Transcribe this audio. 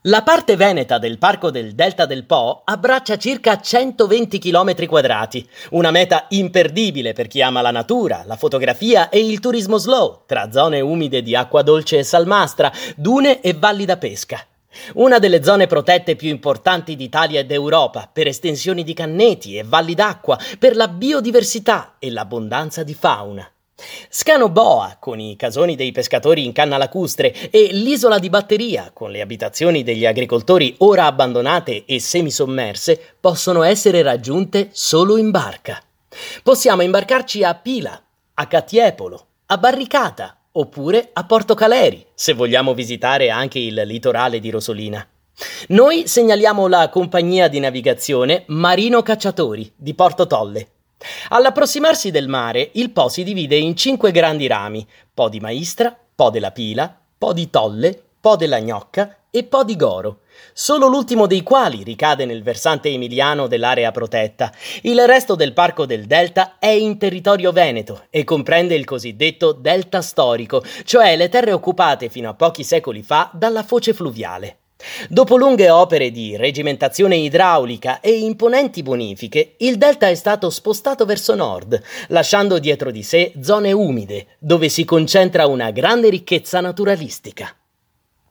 La parte veneta del Parco del Delta del Po abbraccia circa 120 km quadrati, una meta imperdibile per chi ama la natura, la fotografia e il turismo slow, tra zone umide di acqua dolce e salmastra, dune e valli da pesca. Una delle zone protette più importanti d'Italia e d'Europa, per estensioni di canneti e valli d'acqua, per la biodiversità e l'abbondanza di fauna. Scano Boa, con i casoni dei pescatori in canna lacustre, e l'isola di Batteria, con le abitazioni degli agricoltori ora abbandonate e semisommerse, possono essere raggiunte solo in barca. Possiamo imbarcarci a Pila, a Catiepolo, a Barricata, oppure a Porto Caleri, se vogliamo visitare anche il litorale di Rosolina. Noi segnaliamo la compagnia di navigazione Marino Cacciatori di Porto Tolle. All'approssimarsi del mare, il Po si divide in 5 grandi rami: Po di Maistra, Po della Pila, Po di Tolle, Po della Gnocca e Po di Goro, solo l'ultimo dei quali ricade nel versante emiliano dell'area protetta. Il resto del Parco del Delta è in territorio veneto e comprende il cosiddetto Delta storico, cioè le terre occupate fino a pochi secoli fa dalla foce fluviale. Dopo lunghe opere di regimentazione idraulica e imponenti bonifiche, il delta è stato spostato verso nord, lasciando dietro di sé zone umide, dove si concentra una grande ricchezza naturalistica.